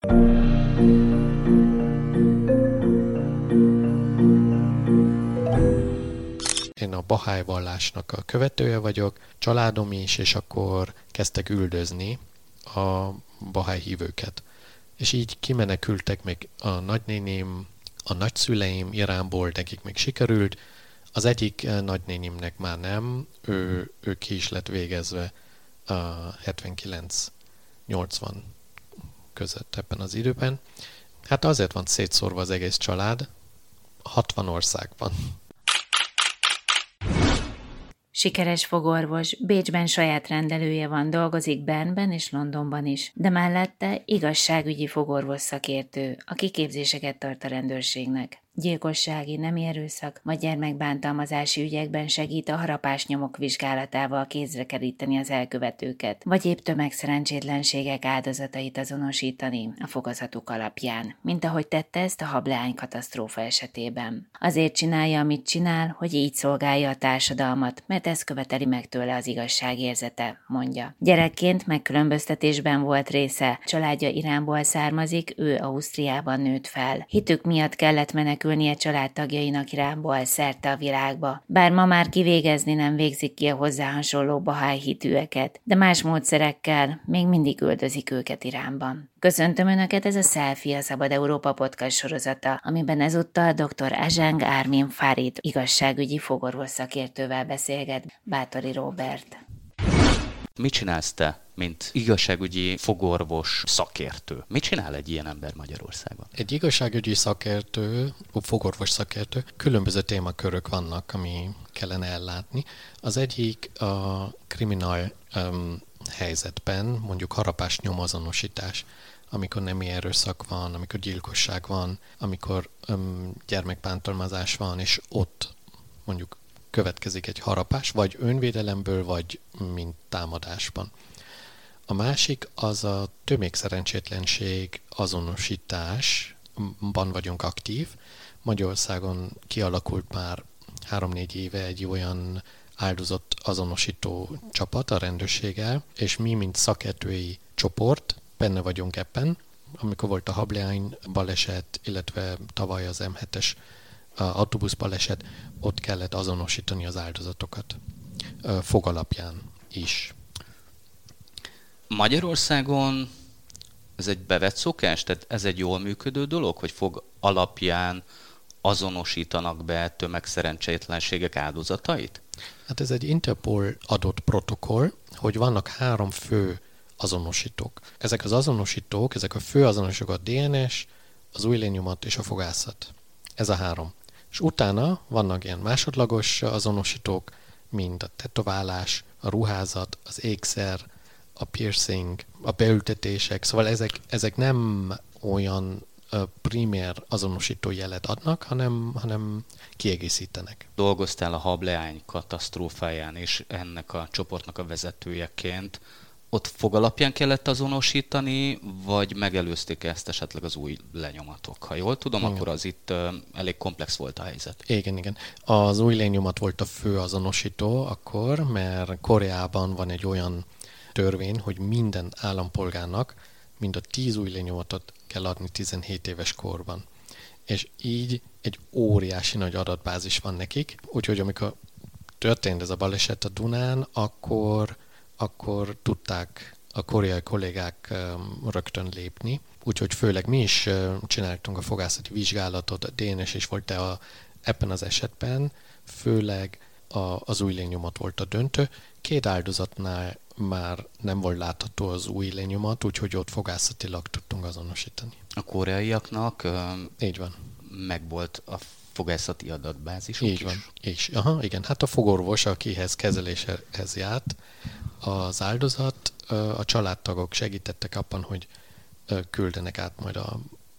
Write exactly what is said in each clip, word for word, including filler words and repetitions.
Én a bahá'í vallásnak a követője vagyok, családom is, és akkor kezdtek üldözni a bahá'í hívőket. És így kimenekültek még a nagynéném, a nagyszüleim Iránból, nekik még sikerült. Az egyik nagynénémnek már nem, ő, ő ki is lett végezve a hetvenkilenc nyolcvan között ebben az időben. Hát azért van szétszórva az egész család, hatvan országban. Sikeres fogorvos, Bécsben saját rendelője van, dolgozik Bernben és Londonban is, de mellette igazságügyi fogorvos szakértő, aki képzéseket tart a rendőrségnek. Gyilkossági, nemi erőszak vagy gyermekbántalmazási ügyekben segít a harapásnyomok vizsgálatával kézre keríteni az elkövetőket, vagy épp tömegszerencsétlenségek áldozatait azonosítani a fogazatuk alapján, mint ahogy tette ezt a hableány katasztrófa esetében. Azért csinálja, amit csinál, hogy így szolgálja a társadalmat, mert ez követeli meg tőle az igazság érzete, mondja. Gyerekként megkülönböztetésben volt része, családja Iránból származik, ő Ausztriában nőtt fel. Hitük miatt kellett menekülni családtagjainak Iránból szerte a világba. Bár ma már kivégezni nem végzik ki a hozzá hasonló bahá'í hitűeket, de más módszerekkel még mindig üldözik őket Iránban. Köszöntöm Önöket, ez a Selfie, a Szabad Európa podcast sorozata, amiben ezúttal doktor Azsang Armin Farid igazságügyi fogorvos szakértővel beszélget Báthori Róbert. Mit csinálsz te, mint igazságügyi fogorvos szakértő? Mit csinál egy ilyen ember Magyarországon? Egy igazságügyi szakértő, fogorvos szakértő, különböző témakörök vannak, ami kellene ellátni. Az egyik a kriminál um, helyzetben, mondjuk harapás nyomazonosítás, amikor nemi erőszak van, amikor gyilkosság van, amikor um, gyermekbántalmazás van, és ott mondjuk következik egy harapás, vagy önvédelemből, vagy mint támadásban. A másik az a tömegszerencsétlenség azonosításban vagyunk aktív. Magyarországon kialakult már három-négy éve egy olyan áldozat azonosító csapat a rendőrséggel, és mi, mint szakértői csoport, benne vagyunk ebben. Amikor volt a hableány baleset, illetve tavaly az em hetes autóbusz baleset, ott kellett azonosítani az áldozatokat fog alapján is. Magyarországon ez egy bevett szokás? Tehát ez egy jól működő dolog, hogy fog alapján azonosítanak be tömegszerencsétlenségek áldozatait? Hát ez egy Interpol adott protokoll, hogy vannak három fő azonosítók. Ezek az azonosítók, ezek a fő azonosítók a dé en es, az új lényomat és a fogászat. Ez a három. És utána vannak ilyen másodlagos azonosítók, mint a tetoválás, a ruházat, az ékszer, a piercing, a beültetések, szóval ezek, ezek nem olyan uh, primér azonosító jelet adnak, hanem, hanem kiegészítenek. Dolgoztál a hableány katasztrófáján, és ennek a csoportnak a vezetőjeként. Ott fog alapján kellett azonosítani, vagy megelőzték ezt esetleg az új lenyomatok? Ha jól tudom, igen, akkor az itt uh, elég komplex volt a helyzet. Igen, igen. Az új lenyomat volt a fő azonosító akkor, mert Koreában van egy olyan törvény, hogy minden állampolgárnak mind a tíz új lenyomatot kell adni tizenhét éves korban. És így egy óriási nagy adatbázis van nekik, úgyhogy amikor történt ez a baleset a Dunán, akkor akkor tudták a koreai kollégák um, rögtön lépni. Úgyhogy főleg mi is uh, csináltunk a fogászati vizsgálatot, a dé en es is volt, de a, ebben az esetben főleg a, az új lényomat volt a döntő. Két áldozatnál már nem volt látható az új lényomat, úgyhogy ott fogászatilag tudtunk azonosítani. A koreaiaknak um, így van. Megvolt a fogászati adatbázis. Így van. És, aha, igen, hát a fogorvos, akihez kezeléshez járt, az áldozat, a családtagok segítettek abban, hogy küldenek át majd a,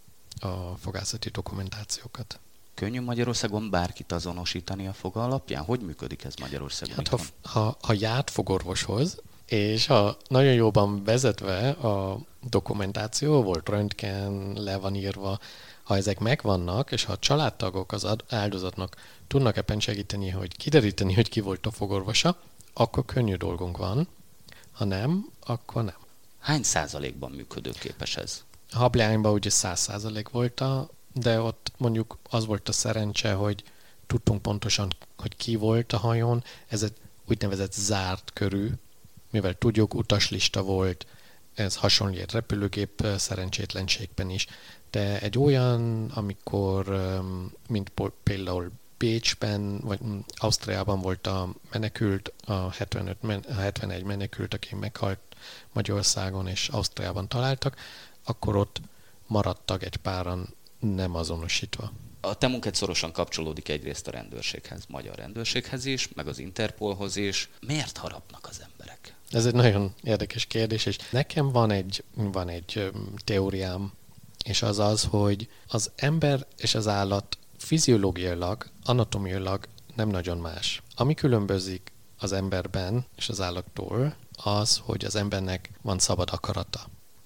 a fogászati dokumentációkat. Könnyű Magyarországon bárkit azonosítani a foga alapján? Hogy működik ez Magyarországon? Hát ha, ha, ha járt fogorvoshoz, és ha nagyon jóban vezetve a dokumentáció, volt röntgen, le van írva, ha ezek megvannak, és ha a családtagok az áldozatnak tudnak ebben segíteni, hogy kideríteni, hogy ki volt a fogorvosa, akkor könnyű dolgunk van, ha nem, akkor nem. Hány százalékban működőképes ez? Hableányban ugye száz százalék volt, a, de ott mondjuk az volt a szerencse, hogy tudtunk pontosan, hogy ki volt a hajón. Ez egy úgynevezett zárt körű, mivel tudjuk, utaslista volt, ez hasonlít repülőgép szerencsétlenségben is, de egy olyan, amikor, mint például Bécsben, vagy Ausztriában volt a menekült, a, hetvenöt, a hetvenegy menekült, aki meghalt Magyarországon és Ausztriában találtak, akkor ott maradtak egy páran nem azonosítva. A te munkád szorosan kapcsolódik egyrészt a rendőrséghez, magyar rendőrséghez is, meg az Interpolhoz is. Miért harapnak az emberek? Ez egy nagyon érdekes kérdés, és nekem van egy, van egy teóriám, és az az, hogy az ember és az állat fiziológiailag, anatomiailag nem nagyon más. Ami különbözik az emberben és az állattól, az, hogy az embernek van szabad akarata.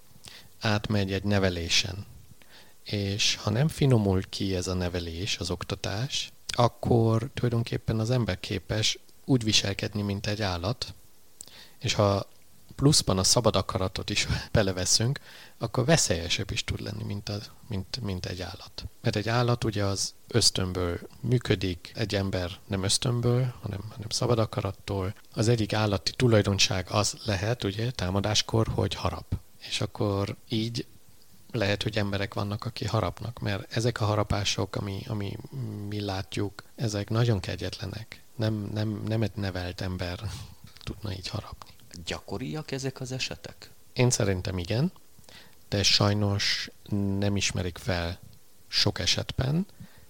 Átmegy egy nevelésen. És ha nem finomul ki ez a nevelés, az oktatás, akkor tulajdonképpen az ember képes úgy viselkedni, mint egy állat, és ha pluszban a szabad akaratot is beleveszünk, akkor veszélyesebb is tud lenni, mint, a, mint, mint egy állat. Mert egy állat ugye az ösztönből működik, egy ember nem ösztönből, hanem, hanem szabad akarattól. Az egyik állati tulajdonság az lehet, ugye, támadáskor, hogy harap. És akkor így lehet, hogy emberek vannak, akik harapnak, mert ezek a harapások, ami, ami mi látjuk, ezek nagyon kegyetlenek. Nem, nem, nem egy nevelt ember tudna így harapni. Gyakoriak ezek az esetek? Én szerintem igen, de sajnos nem ismerik fel sok esetben,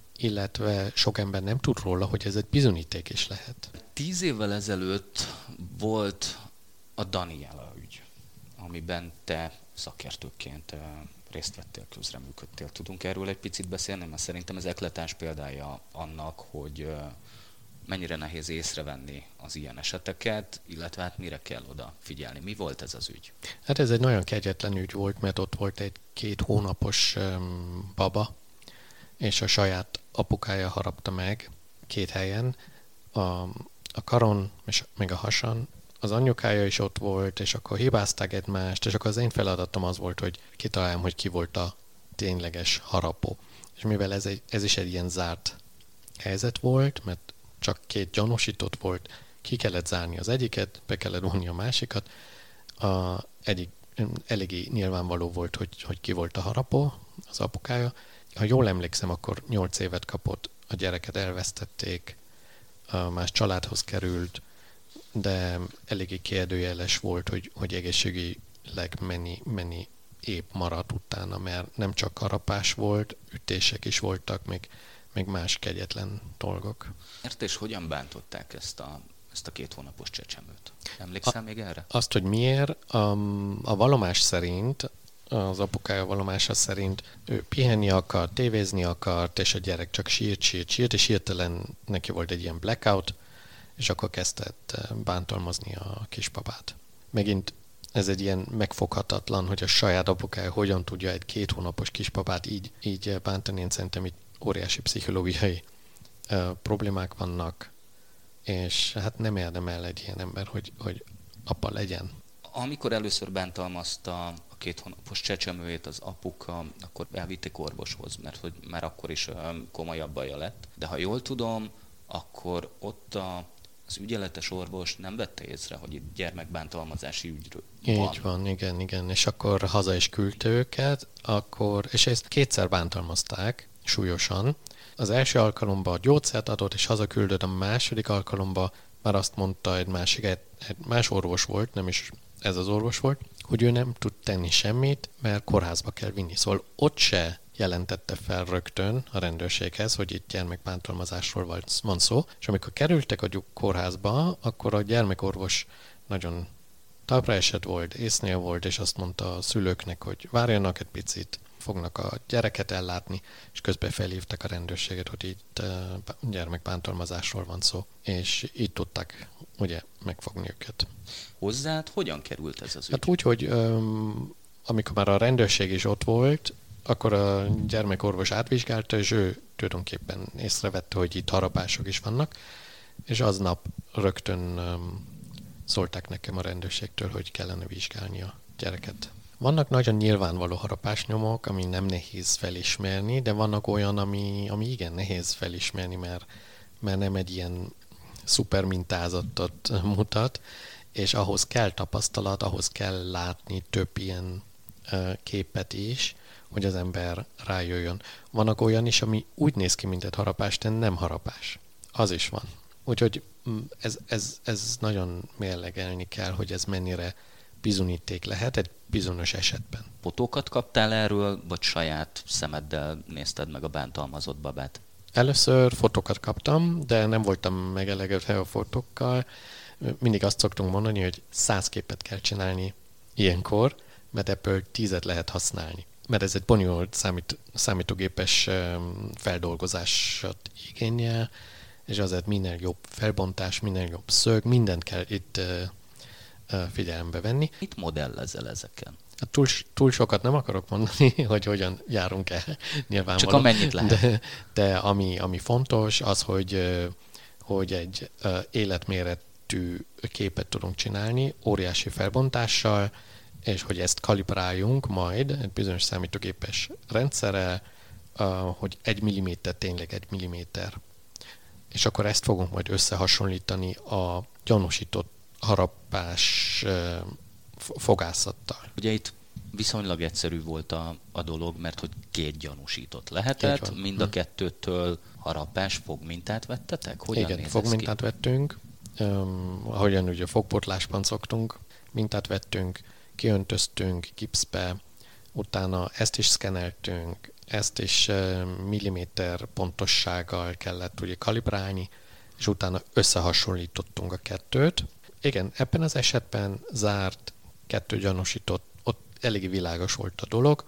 illetve sok ember nem tud róla, hogy ez egy bizonyíték is lehet. Tíz évvel ezelőtt volt a Daniela ügy, amiben te szakértőként részt vettél, közreműködtél. Tudunk erről egy picit beszélni, mert szerintem ez ekletáns példája annak, hogy mennyire nehéz észrevenni az ilyen eseteket, illetve hát mire kell oda figyelni. Mi volt ez az ügy? Hát ez egy nagyon kegyetlen ügy volt, mert ott volt egy két hónapos um, baba, és a saját apukája harapta meg két helyen, a, a karon és meg a hasan. Az anyukája is ott volt, és akkor hibázták egymást, és akkor az én feladatom az volt, hogy kitaláljam, hogy ki volt a tényleges harapó. És mivel ez, egy, ez is egy ilyen zárt helyzet volt, mert csak két gyanúsított volt, ki kellett zárni az egyiket, be kellett vonni a másikat. A egyik eléggé nyilvánvaló volt, hogy, hogy ki volt a harapó, az apukája. Ha jól emlékszem, akkor nyolc évet kapott, a gyereket elvesztették, más családhoz került, de eléggé kérdőjeles volt, hogy, hogy egészségileg mennyi, mennyi épp maradt utána, mert nem csak harapás volt, ütések is voltak, még még más kegyetlen dolgok. Miért és hogyan bántották ezt a, ezt a két hónapos csecsemőt? Emlékszel a, még erre? Azt, hogy miért, a, a valomás szerint, az apukája valomása szerint ő pihenni akart, tévézni akart, és a gyerek csak sírt, sírt, sírt, és hirtelen neki volt egy ilyen blackout, és akkor kezdett bántalmazni a kisbabát. Megint ez egy ilyen megfoghatatlan, hogy a saját apukája hogyan tudja egy két hónapos kisbabát így, így bántani. Én szerintem itt óriási pszichológiai uh, problémák vannak, és hát nem érdemel egy ilyen ember, hogy, hogy apa legyen. Amikor először bántalmazta a két hónapos csecsemőjét az apuka, akkor elvitték orvoshoz, mert hogy már akkor is um, komolyabb baja lett. De ha jól tudom, akkor ott a, az ügyeletes orvos nem vette észre, hogy itt gyermekbántalmazási ügyről van. Így van, igen, igen. És akkor haza is küldte őket, akkor, és ezt kétszer bántalmazták, súlyosan. Az első alkalomban gyógyszert adott, és hazaküldött, a második alkalomban már azt mondta, egy másik, egy, egy más orvos volt, nem is ez az orvos volt, hogy ő nem tud tenni semmit, mert kórházba kell vinni. Szóval ott se jelentette fel rögtön a rendőrséghez, hogy itt gyermekbántalmazásról van szó, és amikor kerültek a kórházba, akkor a gyermekorvos nagyon talpra esett volt, észnél volt, és azt mondta a szülőknek, hogy várjanak egy picit, fognak a gyereket ellátni, és közben felhívtak a rendőrséget, hogy itt gyermekbántalmazásról van szó, és így tudták ugye megfogni őket. Hozzád hogyan került ez az ügy? Hát úgy, hogy öm, amikor már a rendőrség is ott volt, akkor a gyermekorvos átvizsgálta, és ő tulajdonképpen észrevette, hogy itt harapások is vannak, és aznap rögtön öm, szólták nekem a rendőrségtől, hogy kellene vizsgálni a gyereket. Vannak nagyon nyilvánvaló harapásnyomok, ami nem nehéz felismerni, de vannak olyan, ami, ami igen nehéz felismerni, mert, mert nem egy ilyen szuper mintázatot mutat, és ahhoz kell tapasztalat, ahhoz kell látni több ilyen uh, képet is, hogy az ember rájöjjön. Vannak olyan is, ami úgy néz ki, mint egy harapás, de nem harapás. Az is van. Úgyhogy ez, ez, ez nagyon mérlegelni kell, hogy ez mennyire bizonyíték lehet egy bizonyos esetben. Fotókat kaptál erről, vagy saját szemeddel nézted meg a bántalmazott babát? Először fotókat kaptam, de nem voltam megelégedve a fotókkal. Mindig azt szoktunk mondani, hogy száz képet kell csinálni ilyenkor, mert ebből tízet lehet használni. Mert ez egy bonyolult számít, számítógépes feldolgozásot igényel, és azért minél jobb felbontás, minél jobb szög, mindent kell itt figyelembe venni. Mit modellezel ezeken? Túl, túl sokat nem akarok mondani, hogy hogyan járunk el, nyilvánvalóan. Csak amennyit lehet. De, de ami, ami fontos, az, hogy, hogy egy életméretű képet tudunk csinálni, óriási felbontással, és hogy ezt kalibráljunk majd egy bizonyos számítógépes rendszerrel, hogy egy milliméter tényleg egy milliméter. És akkor ezt fogunk majd összehasonlítani a gyanúsított harapás fogászattal. Ugye itt viszonylag egyszerű volt a, a dolog, mert hogy két gyanúsított lehetett, mind a kettőtől harapás fogmintát vettetek? Hogyan Igen, fogmintát ki? vettünk, um, ahogyan ugye fogpotlásban szoktunk, mintát vettünk, kiöntöztünk gipszbe, utána ezt is szkeneltünk, ezt is uh, milliméter pontossággal kellett ugye kalibrálni, és utána összehasonlítottunk a kettőt. Igen, ebben az esetben zárt, kettő gyanúsított, ott eléggé világos volt a dolog.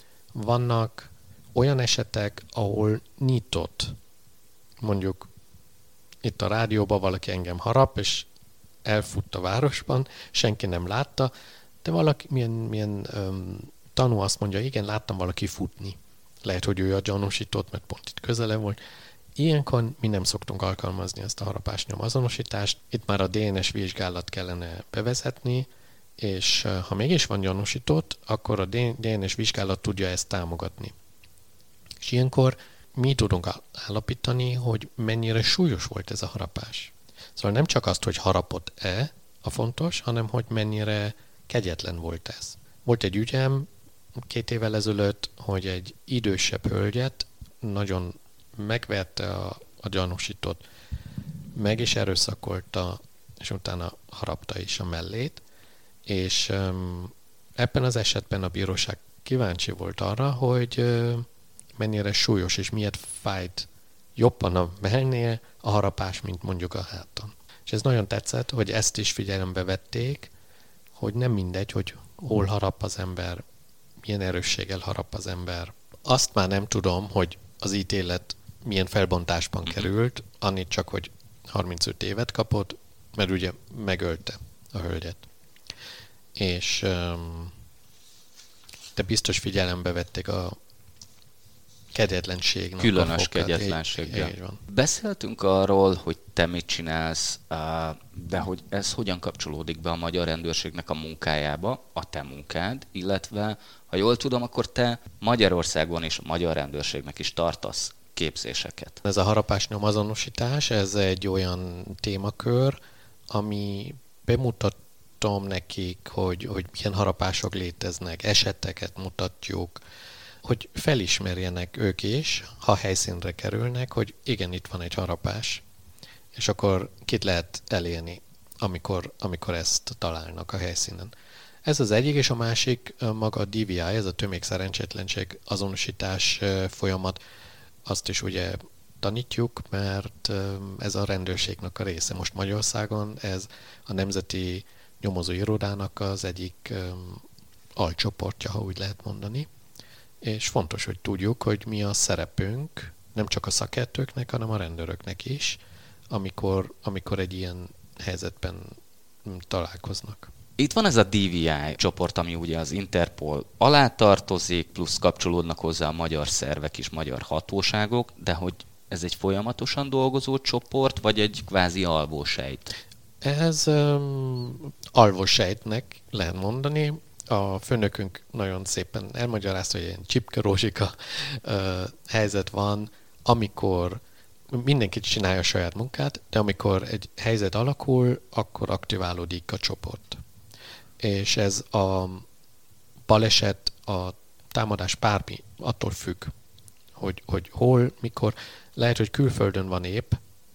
Vannak olyan esetek, ahol nyitott, mondjuk itt a rádióban valaki engem harap, és elfut a városban, senki nem látta, de valaki, milyen, milyen um, tanú azt mondja, igen, láttam valaki futni. Lehet, hogy ő a gyanúsított, mert pont itt közele volt. Ilyenkor mi nem szoktunk alkalmazni ezt a harapásnyom azonosítást. Itt már a dé en es vizsgálat kellene bevezetni, és ha mégis van gyanúsított, akkor a dé en es vizsgálat tudja ezt támogatni. És ilyenkor mi tudunk állapítani, hogy mennyire súlyos volt ez a harapás. Szóval nem csak azt, hogy harapott-e a fontos, hanem hogy mennyire kegyetlen volt ez. Volt egy ügyem két évvel ezelőtt, hogy egy idősebb hölgyet nagyon megverte a, a gyanúsított, meg is erőszakolta, és utána harapta is a mellét, és um, ebben az esetben a bíróság kíváncsi volt arra, hogy uh, mennyire súlyos és miért fájt jobban a mellnél a harapás, mint mondjuk a háton. És ez nagyon tetszett, hogy ezt is figyelembe vették, hogy nem mindegy, hogy hol harap az ember, milyen erősséggel harap az ember. Azt már nem tudom, hogy az ítélet milyen felbontásban mm-hmm. került, annyit csak, hogy harmincöt évet kapott, mert ugye megölte a hölgyet. És um, de biztos figyelembe vették a kegyetlenségnek különös a fokat. kegyetlenséggel. Így, így van. Beszéltünk arról, hogy te mit csinálsz, de hogy ez hogyan kapcsolódik be a magyar rendőrségnek a munkájába, a te munkád, illetve, ha jól tudom, akkor te Magyarországon és a magyar rendőrségnek is tartasz képzéseket. Ez a harapásnyom azonosítás, ez egy olyan témakör, ami bemutatom nekik, hogy, hogy milyen harapások léteznek, eseteket mutatjuk, hogy felismerjenek ők is, ha helyszínre kerülnek, hogy igen, itt van egy harapás, és akkor kit lehet elérni, amikor, amikor ezt találnak a helyszínen. Ez az egyik, és a másik maga a dé vé i, ez a tömegszerencsétlenség azonosítás folyamat, azt is ugye tanítjuk, mert ez a rendőrségnek a része. Most Magyarországon ez a Nemzeti Nyomozó Irodának az egyik alcsoportja, ha úgy lehet mondani. És fontos, hogy tudjuk, hogy mi a szerepünk, nem csak a szakértőknek, hanem a rendőröknek is, amikor, amikor egy ilyen helyzetben találkoznak. Itt van ez a dé vé i csoport, ami ugye az Interpol alá tartozik, plusz kapcsolódnak hozzá a magyar szervek is, magyar hatóságok, de hogy ez egy folyamatosan dolgozó csoport, vagy egy kvázi alvósejt? Ez um, alvósejtnek lehet mondani. a főnökünk nagyon szépen elmagyarázta, hogy ilyen csipke-rózsika helyzet van, amikor mindenki csinálja a saját munkát, de amikor egy helyzet alakul, akkor aktiválódik a csoport. És ez a baleset, a támadás bármi attól függ, hogy, hogy hol, mikor. Lehet, hogy külföldön van épp,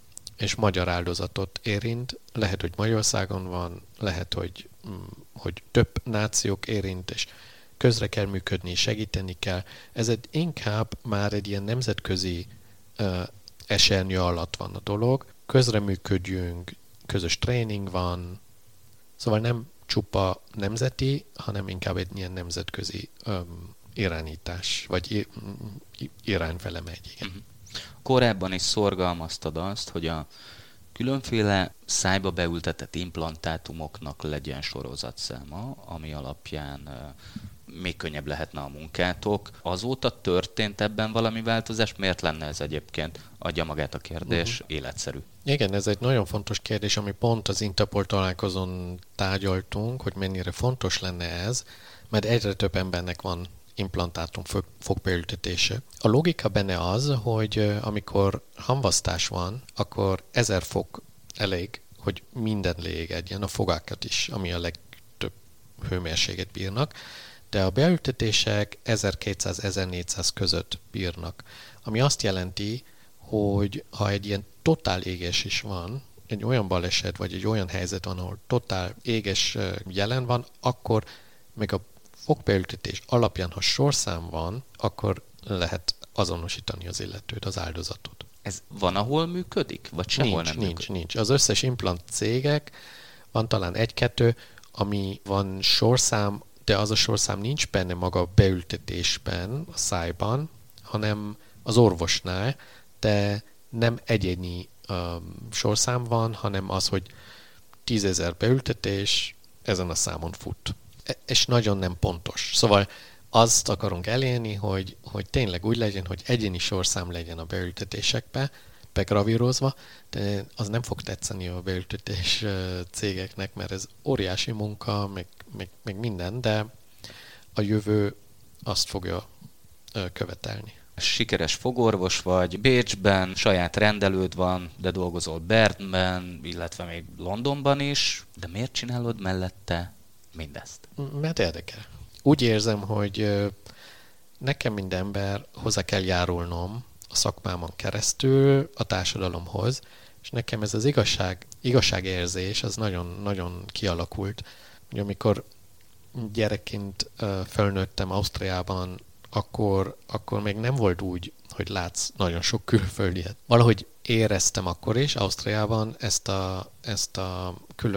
és magyar áldozatot érint, lehet, hogy Magyarországon van, lehet, hogy, hogy több nációk érint, és közre kell működni, segíteni kell. Ez egy, inkább már egy ilyen nemzetközi uh, esernyő alatt van a dolog. Közreműködjünk, közös tréning van, szóval nem csupa nemzeti, hanem inkább egy ilyen nemzetközi um, irányítás, vagy ir, irányvele megy. Igen. Uh-huh. Korábban is szorgalmaztad azt, hogy a különféle szájba beültetett implantátumoknak legyen sorozatszáma, ami alapján uh, még könnyebb lehetne a munkátok. Azóta történt ebben valami változás? Miért lenne ez egyébként? Adja magát a kérdés, uh-huh. életszerű. Igen, ez egy nagyon fontos kérdés, ami pont az Interpol találkozón tárgyaltunk, hogy mennyire fontos lenne ez, mert egyre több embernek van implantátum fogbeültetése. A logika benne az, hogy amikor hamvasztás van, akkor ezer fok elég, hogy minden lélegedjen, a fogákat is, ami a legtöbb hőmérséklet bírnak, de a beültetések ezerkétszáz-ezernégyszáz között bírnak, ami azt jelenti, hogy ha egy ilyen totál éges is van, egy olyan baleset, vagy egy olyan helyzet van, ahol totál éges jelen van, akkor meg a fogbeültetés alapján, ha sorszám van, akkor lehet azonosítani az illetőt, az áldozatot. Ez van, ahol működik? Vagy sehol nincs, nem nincs, működik? Nincs, Az összes implant cégek, van talán egy-kettő, ami van sorszám, de az a sorszám nincs benne maga a beültetésben, a szájban, hanem az orvosnál, de nem egyéni um, sorszám van, hanem az, hogy tízezer beültetés ezen a számon fut. E- és nagyon nem pontos. Szóval azt akarunk elérni, hogy, hogy tényleg úgy legyen, hogy egyéni sorszám legyen a beültetésekbe, begravírozva, de az nem fog tetszeni a beültetés cégeknek, mert ez óriási munka, meg, meg, meg minden, de a jövő azt fogja követelni. Sikeres fogorvos vagy, Bécsben saját rendelőd van, de dolgozol Bernben, illetve még Londonban is, de miért csinálod mellette mindezt? Mert érdekel. Úgy érzem, hogy nekem, mint ember, hozzá kell járulnom a szakmámon keresztül a társadalomhoz, és nekem ez az igazság, igazságérzés, az nagyon, nagyon kialakult. Ugye, amikor gyerekként felnőttem Ausztriában, akkor, akkor még nem volt úgy, hogy látsz nagyon sok külföldiet. Valahogy éreztem akkor is Ausztriában ezt a, ezt a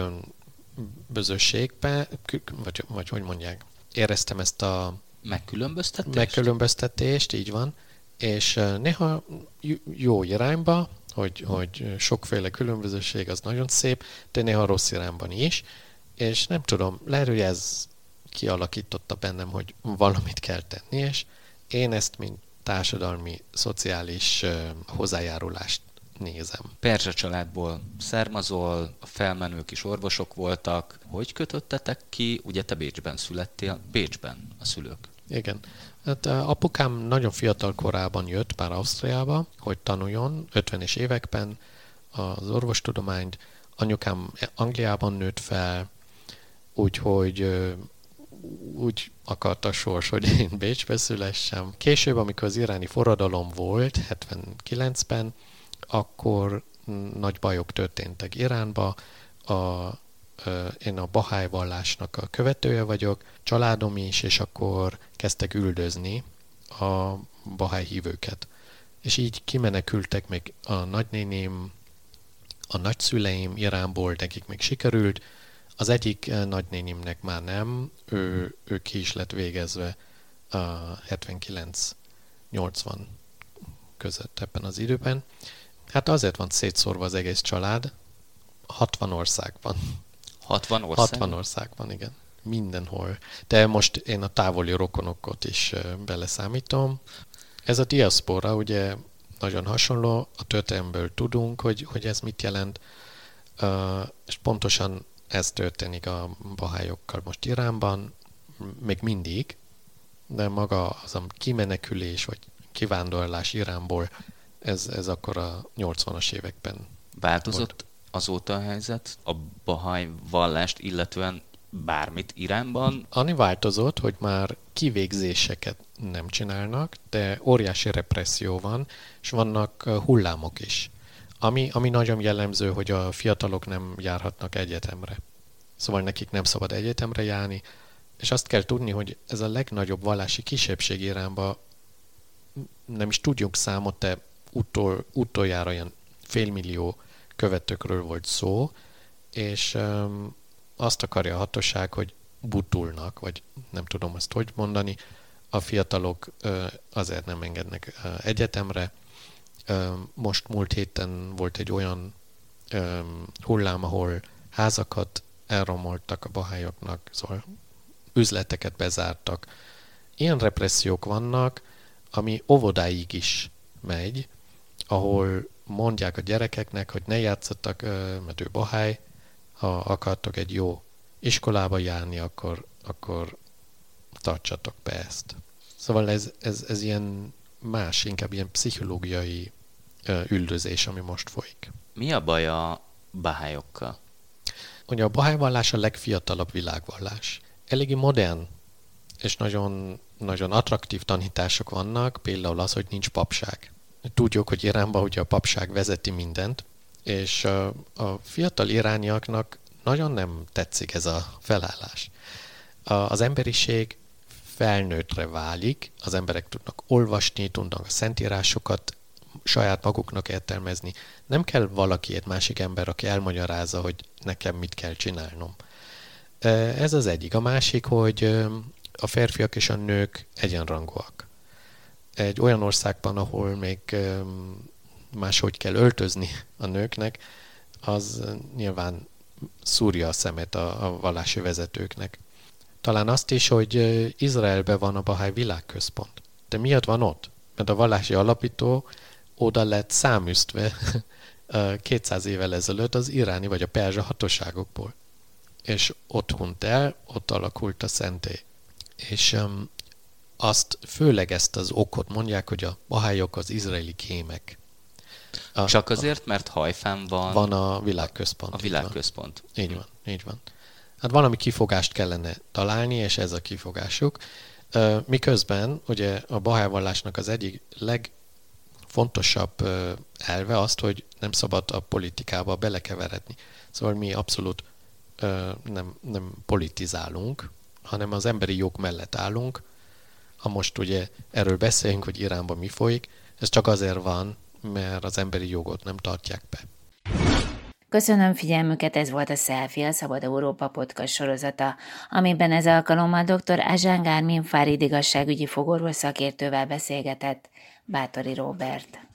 különbözőségbe, vagy, vagy hogy mondják, éreztem ezt a megkülönböztetést? megkülönböztetést, így van, és néha jó irányba, hogy, hogy sokféle különbözőség az nagyon szép, de néha rossz irányban is, és nem tudom, lehet, hogy ez kialakította bennem, hogy valamit kell tenni, és én ezt, mint társadalmi, szociális uh, hozzájárulást nézem. Perzsa családból származol, a felmenők is orvosok voltak. Hogy kötöttetek ki? Ugye te Bécsben születtél, Bécsben a szülők. Igen. Hát apukám nagyon fiatal korában jött már Ausztriába, hogy tanuljon, ötvenes években az orvostudományt. Anyukám Angliában nőtt fel, úgyhogy úgy akarta sors, hogy én Bécsbe szülessem. Később, amikor az iráni forradalom volt, hetvenkilencben, akkor nagy bajok történtek Iránba. A, én a Bahá'í vallásnak a követője vagyok, családom is, és akkor kezdtek üldözni a Bahá'í hívőket. És így kimenekültek még a nagynéném, a nagyszüleim Iránból, nekik még sikerült. Az egyik nagynénimnek már nem, ő, ő ki is lett végezve a hetvenkilenc nyolcvan között ebben az időben. Hát azért van szétszórva az egész család, hatvan országban. hatvan ország? hatvan országban, igen. Mindenhol. De most én a távoli rokonokat is beleszámítom. Ez a diaszpora ugye nagyon hasonló, a történelmből tudunk, hogy, hogy ez mit jelent, uh, és pontosan ez történik a bahájokkal most Iránban. még mindig, de maga az a kimenekülés, vagy kivándorlás Iránból, ez, ez akkor a nyolcvanas években Változott volt. azóta a helyzet a bahai vallást, illetően bármit Iránban? Annyi változott, hogy már kivégzéseket nem csinálnak, de óriási represszió van, és vannak hullámok is. Ami, ami nagyon jellemző, hogy a fiatalok nem járhatnak egyetemre. Szóval nekik nem szabad egyetemre járni, és azt kell tudni, hogy ez a legnagyobb vallási kisebbség Iránban, nem is tudjuk számot, de utol, utoljára olyan félmillió követőkről volt szó, és um, azt akarja a hatóság, hogy butulnak, vagy nem tudom azt hogy mondani, a fiatalok uh, azért nem engednek uh, egyetemre. Uh, most múlt héten volt egy olyan um, hullám, ahol házakat elromoltak a bahályoknak, szóval üzleteket bezártak. Ilyen repressziók vannak, ami óvodáig is megy, ahol mondják a gyerekeknek, hogy ne játszottak, mert ő bahály, ha akartok egy jó iskolába járni, akkor, akkor tartsatok be ezt. Szóval ez, ez, ez ilyen más, inkább ilyen pszichológiai üldözés, ami most folyik. Mi a baj a bahályokkal? Ugye a bahály vallás a legfiatalabb világvallás. Eléggé modern, és nagyon, nagyon attraktív tanítások vannak, például az, hogy nincs papság. Tudjuk, hogy Iránban ugye a papság vezeti mindent, és a, a fiatal irániaknak nagyon nem tetszik ez a felállás. A, az emberiség felnőttre válik, az emberek tudnak olvasni, tudnak a szentírásokat saját maguknak értelmezni. Nem kell valaki, egy másik ember, aki elmagyarázza, hogy nekem mit kell csinálnom. Ez az egyik. A másik, hogy a férfiak és a nők egyenrangúak. Egy olyan országban, ahol még máshogy kell öltözni a nőknek, az nyilván szúrja a szemet a, a vallási vezetőknek. Talán azt is, hogy Izraelben van a Bahá'í Világközpont. De miért van ott? Mert a vallási alapító oda lett száműztve kétszáz évvel ezelőtt az iráni vagy a perzsa hatóságokból. És ott hunyt el, ott alakult a szentély. És um, azt, főleg ezt az okot mondják, hogy a bahályok az izraeli kémek. A, Csak azért, mert Hajfán van, van a világközpont. A világközpont. Így van. Így van, így van. Hát valami kifogást kellene találni, és ez a kifogásuk. Uh, miközben ugye a bahály vallásnak az egyik legfontosabb uh, elve azt, hogy nem szabad a politikába belekeveredni. Szóval mi abszolút uh, nem, nem politizálunk, hanem az emberi jog mellett állunk. Ha most ugye erről beszélünk, hogy Iránban mi folyik, ez csak azért van, mert az emberi jogot nem tartják be. Köszönöm figyelmüket, ez volt a Selfie, a Szabad Európa podcast sorozata, amiben ez alkalommal dr. Azsán Gármin Fárid igazságügyi fogorvos szakértővel beszélgetett Báthori Róbert.